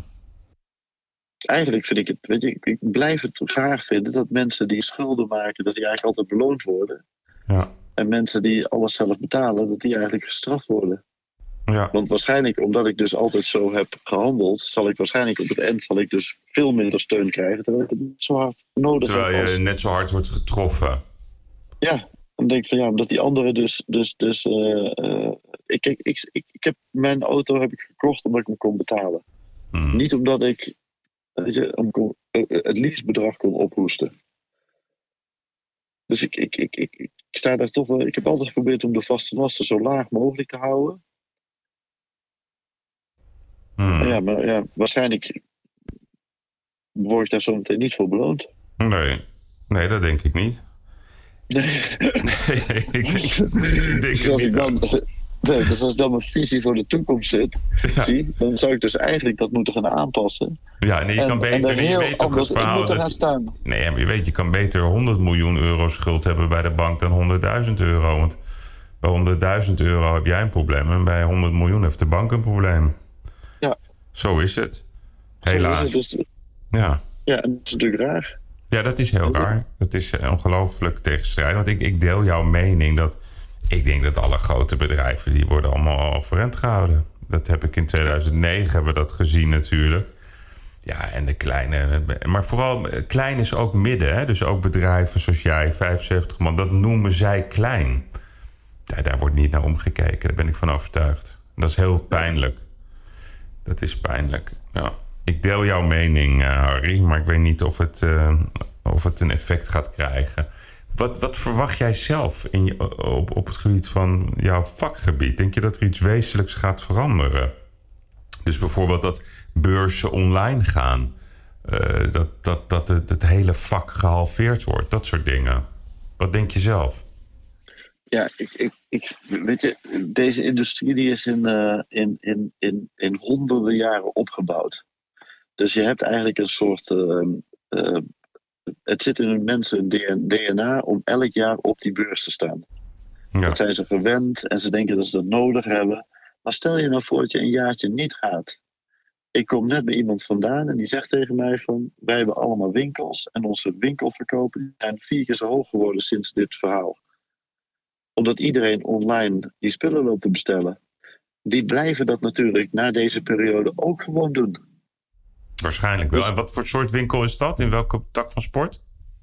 Eigenlijk vind ik het, weet je, ik, ik blijf het graag vinden dat mensen die schulden maken, dat die eigenlijk altijd beloond worden. Ja, En mensen die alles zelf betalen, dat die eigenlijk gestraft worden. Ja. Want waarschijnlijk, omdat ik dus altijd zo heb gehandeld, zal ik waarschijnlijk op het eind zal ik dus veel minder steun krijgen, terwijl ik het niet zo hard nodig heb. Terwijl je als... net zo hard wordt getroffen. Ja, dan denk ik van ja, omdat die anderen dus... dus, dus uh, uh, ik, ik, ik, ik, ik heb, mijn auto heb ik gekocht omdat ik hem kon betalen. Hmm. Niet omdat ik weet je, hem kon, uh, het leasebedrag kon ophoesten. Dus ik, ik, ik, ik, ik sta daar toch wel... Ik heb altijd geprobeerd om de vaste lasten zo laag mogelijk te houden. Hmm. Ja, maar ja, waarschijnlijk word ik daar zo meteen niet voor beloond. Nee, nee, dat denk ik niet. Nee. Nee, ik denk, ik denk dus, het als ik niet. dan, nee, dus als ik dan mijn visie voor de toekomst zit, Ja. zie, dan zou ik dus eigenlijk dat moeten gaan aanpassen. Ja, nee, je en, kan beter... en er je heel weet toch anders het in verhaal moeten gaan dat... staan. Nee, maar je weet, je kan beter honderd miljoen euro schuld hebben bij de bank dan honderdduizend euro. Want bij honderdduizend euro heb jij een probleem en bij honderd miljoen heeft de bank een probleem. Ja. Zo is het. Zo Helaas. is het dus, Ja. ja, en dat is natuurlijk raar. Ja, dat is heel raar. Dat is ongelooflijk tegenstrijdig. Want ik, ik deel jouw mening dat... Ik denk dat alle grote bedrijven... die worden allemaal overeind gehouden. Dat heb ik in tweeduizend negen hebben we dat gezien natuurlijk. Ja, en de kleine... Maar vooral klein is ook midden. Hè? Dus ook bedrijven zoals jij, vijfenzeventig man... dat noemen zij klein. Daar, daar wordt niet naar omgekeken. Daar ben ik van overtuigd. Dat is heel pijnlijk. Dat is pijnlijk, ja. Ik deel jouw mening, uh, Harry, maar ik weet niet of het, uh, of het een effect gaat krijgen. Wat, wat verwacht jij zelf in je, op, op het gebied van jouw vakgebied? Denk je dat er iets wezenlijks gaat veranderen? Dus bijvoorbeeld dat beurzen online gaan. Uh, dat dat, dat het, het hele vak gehalveerd wordt. Dat soort dingen. Wat denk je zelf? Ja, ik, ik, ik, weet je, deze industrie die is in, uh, in, in, in, in honderden jaren opgebouwd. Dus je hebt eigenlijk een soort... Uh, uh, het zit in hun mensen D N A om elk jaar op die beurs te staan. Ja. Dat zijn ze gewend en ze denken dat ze dat nodig hebben. Maar stel je nou voor dat je een jaartje niet gaat. Ik kom net bij iemand vandaan en die zegt tegen mij van... wij hebben allemaal winkels en onze winkelverkopen zijn vier keer zo hoog geworden sinds dit verhaal. Omdat iedereen online die spullen loopt te bestellen. Die blijven dat natuurlijk na deze periode ook gewoon doen. Waarschijnlijk wel. En wat voor soort winkel is dat? In welke tak van sport?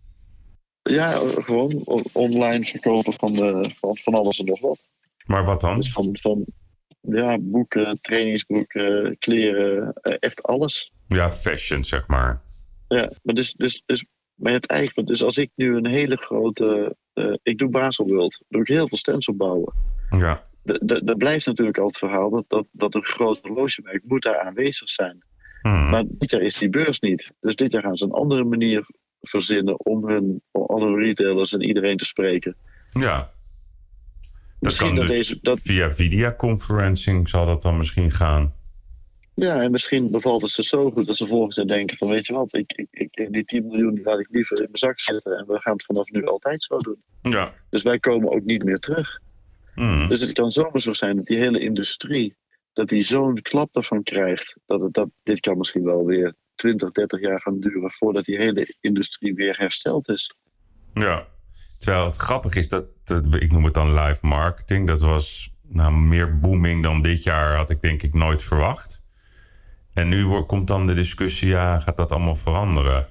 Ja, gewoon online verkopen van, de, van, van alles en nog wat. Maar wat dan? Dus van, van ja, boeken, trainingsbroeken, kleren, echt alles. Ja, fashion zeg maar. Ja, maar dus, dus, dus maar je hebt eigenlijk, dus als ik nu een hele grote, uh, ik doe Baselworld, doe ik heel veel stands opbouwen. Ja. Er blijft natuurlijk al het verhaal dat, dat, dat een groot horlogemerk moet daar aanwezig zijn. Hmm. Maar dit jaar is die beurs niet. Dus dit jaar gaan ze een andere manier verzinnen om hun om alle retailers en iedereen te spreken. Ja. Dat misschien kan dat dus deze, dat... via videoconferencing zal dat dan misschien gaan. Ja, en misschien bevalt het ze zo goed dat ze volgens jaar denken van weet je wat, ik, ik, ik, die tien miljoen die laat ik liever in mijn zak zetten en we gaan het vanaf nu altijd zo doen. Ja. Dus wij komen ook niet meer terug. Hmm. Dus het kan zomaar zo zijn dat die hele industrie, dat die zo'n klap ervan krijgt, dat, het, dat dit kan misschien wel weer twintig, dertig jaar gaan duren voordat die hele industrie weer hersteld is. Ja, terwijl het grappig is dat, dat ik noem het dan live marketing, dat was nou, meer booming dan dit jaar had ik denk ik nooit verwacht. En nu wordt, komt dan de discussie, ja, gaat dat allemaal veranderen?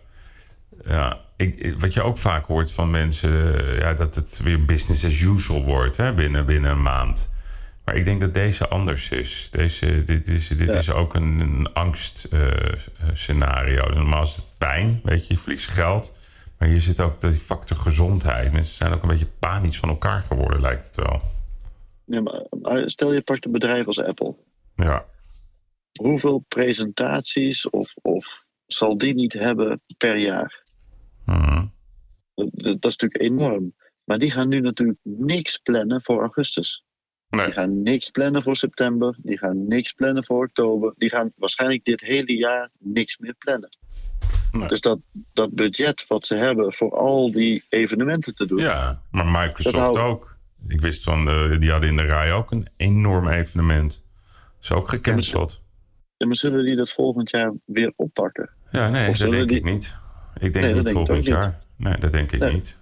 Ja, ik, wat je ook vaak hoort van mensen, ja, dat het weer business as usual wordt hè, binnen, binnen een maand. Maar ik denk dat deze anders is. Deze, dit is, dit ja. is ook een, een angstscenario. Uh, Normaal is het pijn, weet je, je verliest geld. Maar hier zit ook de factor gezondheid. Mensen zijn ook een beetje panisch van elkaar geworden, lijkt het wel. Ja, maar stel je pakt een bedrijf als Apple. Ja. Hoeveel presentaties of, of zal die niet hebben per jaar? Hmm. Dat, dat is natuurlijk enorm. Maar die gaan nu natuurlijk niks plannen voor augustus. Nee. Die gaan niks plannen voor september. Die gaan niks plannen voor oktober. Die gaan waarschijnlijk dit hele jaar niks meer plannen. Nee. Dus dat, dat budget wat ze hebben voor al die evenementen te doen. Ja, maar Microsoft hou... ook. Ik wist van, de, die hadden in de rij ook een enorm evenement. Is ook gecanceld. Ja, maar zullen die dat volgend jaar weer oppakken? Ja, nee, dat denk die... ik niet. Ik denk nee, niet denk volgend jaar. Niet. Nee, dat denk ik nee. niet.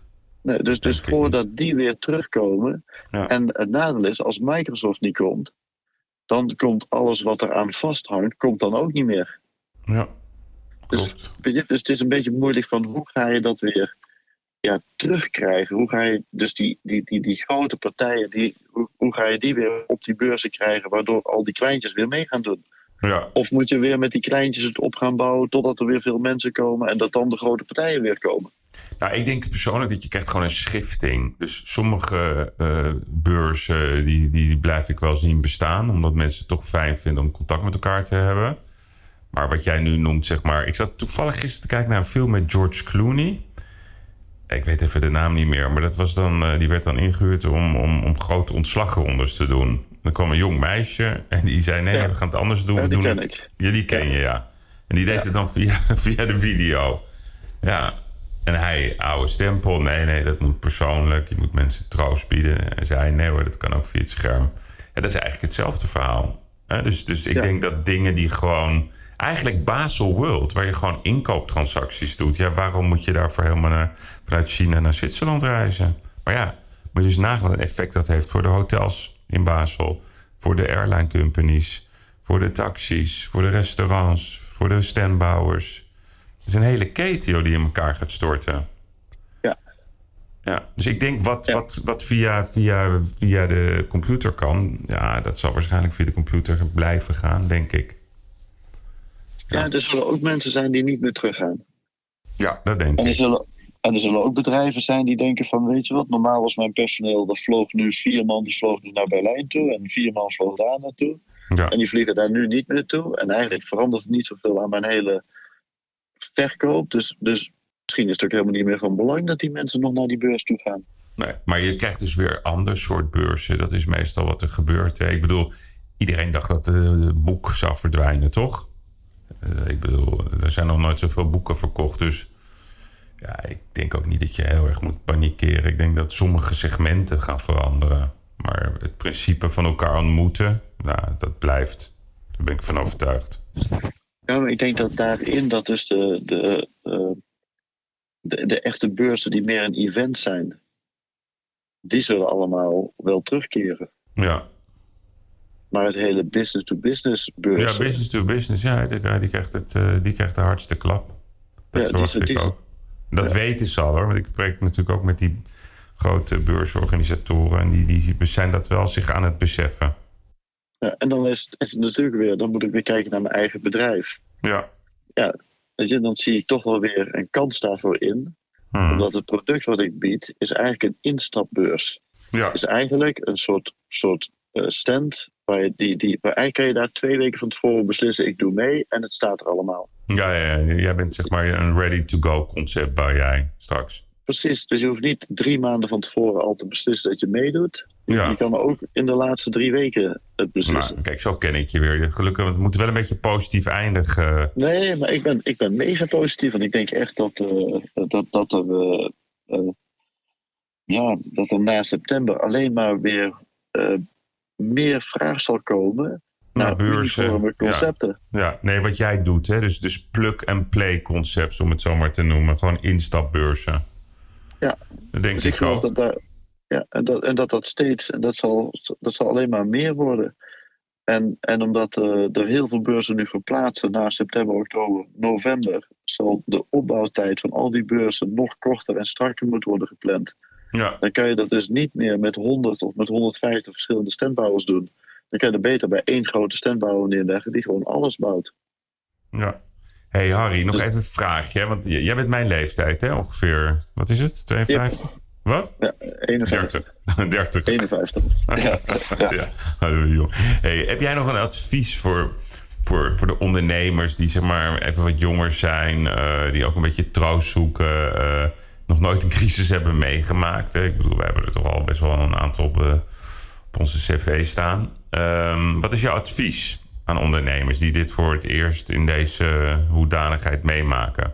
Nee, dus dus voordat die weer terugkomen... Ja. En het nadeel is, als Microsoft niet komt... dan komt alles wat eraan vasthangt, komt dan ook niet meer. Ja, dus, weet je, dus het is een beetje moeilijk van hoe ga je dat weer ja, terugkrijgen? Hoe ga je dus die, die, die, die grote partijen, die, hoe, hoe ga je die weer op die beurzen krijgen... waardoor al die kleintjes weer mee gaan doen? Ja. Of moet je weer met die kleintjes het op gaan bouwen... totdat er weer veel mensen komen en dat dan de grote partijen weer komen? Nou, ik denk persoonlijk dat je krijgt gewoon een schifting. Dus sommige uh, beurzen die, die blijf ik wel zien bestaan... omdat mensen het toch fijn vinden om contact met elkaar te hebben. Maar wat jij nu noemt, zeg maar... Ik zat toevallig gisteren te kijken naar een film met George Clooney. Ik weet even de naam niet meer, maar dat was dan, uh, die werd dan ingehuurd... om, om, om grote ontslagrondes te doen. Dan kwam een jong meisje en die zei... nee, ja. we gaan het anders doen. Ja, we die doen ken het. ik. Ja, die ken je, ja. En die deed ja. het dan via, via de video. Ja. En hij, oude stempel, nee, nee, dat moet persoonlijk. Je moet mensen troost bieden. En zei, nee hoor, dat kan ook via het scherm. En dat is eigenlijk hetzelfde verhaal. He, dus dus ik ja. denk dat dingen die gewoon... Eigenlijk Basel World, waar je gewoon inkooptransacties doet. Ja, waarom moet je daarvoor helemaal naar, vanuit China naar Zwitserland reizen? Maar ja, moet je dus nagaan wat een effect dat heeft voor de hotels in Basel. Voor de airline companies. Voor de taxis. Voor de restaurants. Voor de standbouwers. Het is een hele keten joh, die in elkaar gaat storten. Ja. Ja, dus ik denk wat, ja. wat, wat via, via, via de computer kan... ja, dat zal waarschijnlijk via de computer blijven gaan, denk ik. Ja, ja er zullen ook mensen zijn die niet meer teruggaan. Ja, dat denk en er ik. Zullen, en er zullen ook bedrijven zijn die denken van... weet je wat, normaal was mijn personeel... dat vloog nu vier man, die vloog nu naar Berlijn toe... en vier man vloog daar naartoe. Ja. En die vliegen daar nu niet meer toe. En eigenlijk verandert het niet zoveel aan mijn hele... verkoop. Dus, dus misschien is het ook helemaal niet meer van belang dat die mensen nog naar die beurs toe gaan. Nee, maar je krijgt dus weer ander soort beurzen. Dat is meestal wat er gebeurt. Hè? Ik bedoel, iedereen dacht dat de boek zou verdwijnen, toch? Uh, ik bedoel, er zijn nog nooit zoveel boeken verkocht. Dus ja, ik denk ook niet dat je heel erg moet panikeren. Ik denk dat sommige segmenten gaan veranderen. Maar het principe van elkaar ontmoeten, nou, dat blijft. Daar ben ik van overtuigd. Ja, maar ik denk dat daarin dat dus de, de, uh, de, de echte beurzen die meer een event zijn, die zullen allemaal wel terugkeren. Ja. Maar het hele business-to-business beurs. Ja, business-to-business, ja, die, die, krijgt het, uh, die krijgt de hardste klap. Dat ja, verwacht die, ik die, ook. Dat ja. weten ze al hoor, want ik spreek natuurlijk ook met die grote beursorganisatoren en die, die zijn dat wel zich aan het beseffen. Ja, en dan is, is het natuurlijk weer, dan moet ik weer kijken naar mijn eigen bedrijf. Ja. Ja, weet je, dan zie ik toch wel weer een kans daarvoor in. Hmm. Omdat het product wat ik bied, is eigenlijk een instapbeurs. Ja. Is eigenlijk een soort, soort uh, stand, waar je, die, die, waar eigenlijk kan je daar twee weken van tevoren beslissen, ik doe mee en het staat er allemaal. Ja, ja, ja. Jij bent zeg maar een ready-to-go concept, bouw jij straks. Precies, dus je hoeft niet drie maanden van tevoren al te beslissen dat je meedoet. Ja. Je kan ook in de laatste drie weken het beslissen. Nou, kijk, zo ken ik je weer. Gelukkig, want het moet wel een beetje positief eindigen. Nee, maar ik ben, ik ben mega positief. Want ik denk echt dat, uh, dat, dat, er, uh, uh, ja, dat er na september alleen maar weer uh, meer vraag zal komen naar beurzen, concepten. Ja. ja, nee, wat jij doet. Hè? Dus, dus plug-and-play concepts, om het zo maar te noemen. Gewoon instapbeurzen. Ja, dat denk dus ik, ik geloof dat daar... Ja, en dat, en dat dat steeds, en dat zal, dat zal alleen maar meer worden. En, en omdat uh, er heel veel beurzen nu verplaatsen na september, oktober, november, zal de opbouwtijd van al die beurzen nog korter en strakker moeten worden gepland. Ja. Dan kan je dat dus niet meer met honderd of met honderdvijftig verschillende standbouwers doen. Dan kan je er beter bij één grote standbouwer neerleggen die gewoon alles bouwt. Ja. Hey Harry, nog dus, even een vraagje. Want jij bent mijn leeftijd, hè? Ongeveer, wat is het? tweeënvijftig? Ja. Wat? Ja, eenenvijftig. dertig. dertig. eenenvijftig. Ja. ja. ja. Hey, heb jij nog een advies voor, voor, voor de ondernemers die zeg maar even wat jonger zijn, uh, die ook een beetje troost zoeken, uh, nog nooit een crisis hebben meegemaakt? Hè? Ik bedoel, wij hebben er toch al best wel een aantal op, uh, op onze cv staan. Um, wat is jouw advies aan ondernemers die dit voor het eerst in deze uh, hoedanigheid meemaken?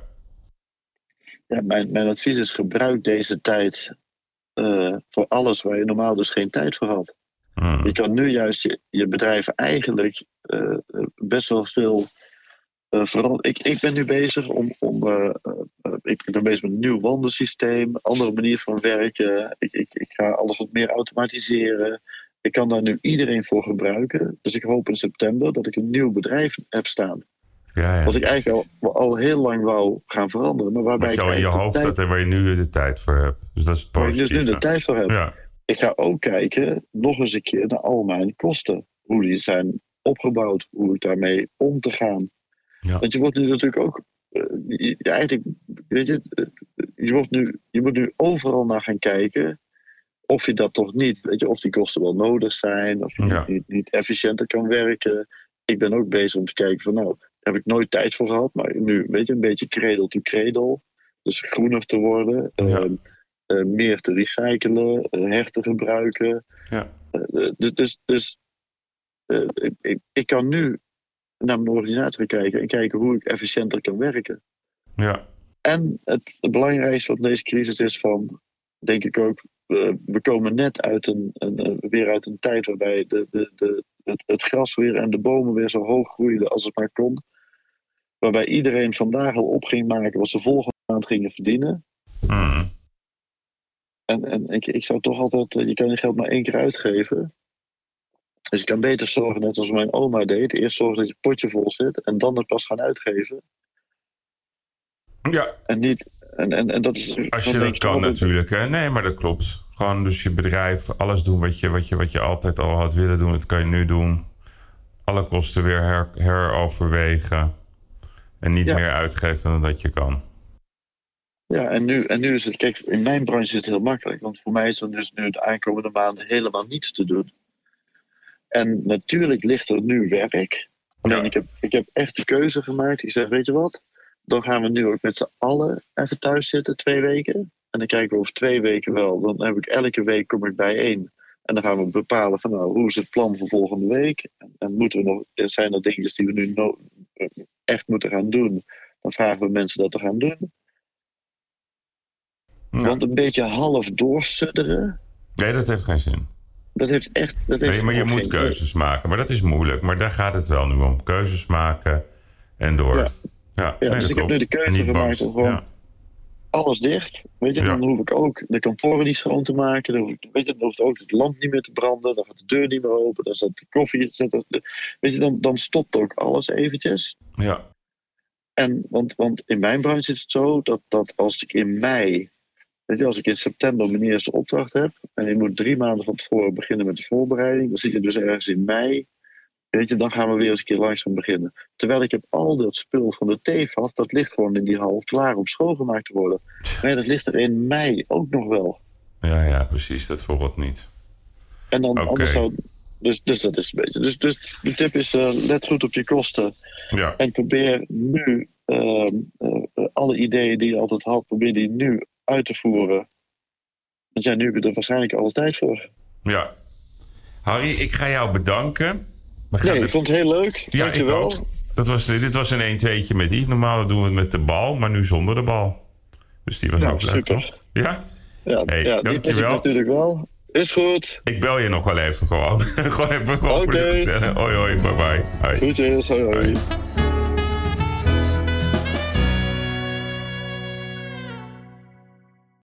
Ja, mijn, mijn advies is gebruik deze tijd uh, voor alles waar je normaal dus geen tijd voor had. Hmm. Je kan nu juist je, je bedrijf eigenlijk uh, best wel veel uh, vooral, ik, ik ben nu bezig om. om uh, uh, ik ben bezig met een nieuw wandelsysteem, andere manier van werken. Ik, ik, ik ga alles wat meer automatiseren. Ik kan daar nu iedereen voor gebruiken. Dus ik hoop in september dat ik een nieuw bedrijf heb staan. Ja, ja. Wat ik eigenlijk al, al heel lang wou gaan veranderen. Maar waarbij Wat je ik al in je hoofd tijd, had en waar je nu de tijd voor hebt. Dus dat is waar ik positief. dus nu de tijd voor heb. Ja. Ik ga ook kijken, nog eens een keer, naar al mijn kosten. Hoe die zijn opgebouwd. Hoe ik daarmee om te gaan. Ja. Want je wordt nu natuurlijk ook... Uh, je, je eigenlijk, weet je, uh, je, wordt nu, je moet nu overal naar gaan kijken... Of je dat toch niet, weet je, of die kosten wel nodig zijn, of je Ja. niet, niet, niet efficiënter kan werken. Ik ben ook bezig om te kijken van nou, daar heb ik nooit tijd voor gehad, maar nu, weet je, een beetje cradle to cradle. Dus groener te worden, Ja. uh, uh, meer te recyclen, uh, her te gebruiken. Ja. Uh, dus dus, dus uh, ik, ik, ik kan nu naar mijn organisatie kijken en kijken hoe ik efficiënter kan werken. Ja. En het, het belangrijkste van deze crisis is van, denk ik ook, uh, we komen net uit een, een, uh, weer uit een tijd waarbij de, de, de, het, het gras weer en de bomen weer zo hoog groeiden als het maar kon. Waarbij iedereen vandaag al op ging maken wat ze volgende maand gingen verdienen. Mm. En, en ik, ik zou toch altijd, uh, je kan je geld maar één keer uitgeven. Dus je kan beter zorgen, net als mijn oma deed, eerst zorgen dat je potje vol zit en dan het pas gaan uitgeven. Ja. En niet... En, en, en dat is, Als je dat kan natuurlijk. Hè? Nee, maar dat klopt. Gewoon dus je bedrijf, alles doen wat je, wat je, wat je altijd al had willen doen. Dat kan je nu doen. Alle kosten weer her, heroverwegen. En niet Ja. meer uitgeven dan dat je kan. Ja, en nu, en nu is het... Kijk, in mijn branche is het heel makkelijk. Want voor mij is er dus nu de aankomende maanden helemaal niets te doen. En natuurlijk ligt er nu werk. Alleen Ja. ik, heb, ik heb echt de keuze gemaakt. Ik zeg, weet je wat? Dan gaan we nu ook met z'n allen even thuis zitten, twee weken. En dan kijken we over twee weken wel. Dan heb ik elke week kom ik bijeen. En dan gaan we bepalen van nou, hoe is het plan voor volgende week? En, en moeten we nog, zijn er dingetjes die we nu no- echt moeten gaan doen? Dan vragen we mensen dat te gaan doen. Ja. Want een beetje half doorsudderen, Nee, dat heeft geen zin. dat heeft echt... Dat heeft Nee, maar je gewoon moet geen keuzes maken. Maar dat is moeilijk. Maar daar gaat het wel nu om. Keuzes maken en door. Ja. Ja, Ja, nee, dus dat ik heb klopt. nu de keuze En niet gemaakt boos. om gewoon- Ja. alles dicht. Weet je, Ja. dan hoef ik ook de kantoren niet schoon te maken. Dan, hoef ik, weet je, dan hoeft ook het lamp niet meer te branden. Dan gaat de deur niet meer open. Dan staat de koffie. Zet, weet je, dan, dan stopt ook alles eventjes. Ja. En, want, want in mijn branche is het zo dat, dat als ik in mei... Weet je, als ik in september mijn eerste opdracht heb... en je moet drie maanden van tevoren beginnen met de voorbereiding... dan zit je dus ergens in mei... Weet je, dan gaan we weer eens een keer langzaam beginnen. Terwijl ik heb al dat spul van de T V A S... dat ligt gewoon in die hal klaar om schoongemaakt te worden. Nee, dat ligt er in mei ook nog wel. Ja, ja, precies. Dat voorbeeld niet. En dan Oké. anders zou... Dus, dus dat is een beetje... Dus, dus de tip is, uh, let goed op je kosten. Ja. En probeer nu... Uh, uh, alle ideeën die je altijd had... probeer die nu uit te voeren. Want ja, nu heb je er waarschijnlijk alle tijd voor. Ja. Harry, ik ga jou bedanken. We gaan Nee, de- ik vond het heel leuk. Ja, ik Dankjewel. ook. Dat was, dit was een één tweetje met Yves. Normaal doen we het met de bal, maar nu zonder de bal. Dus die was Nou, ook leuk, super. toch? Ja? Ja, Hey, ja die mis ik dankjewel. natuurlijk wel. Is goed. Ik bel je nog wel even gewoon. gewoon even gewoon voor Oké. dit te zeggen. Hoi, hoi, bye bye. Hoi. Groetjes. Hoi, hoi. Hoi.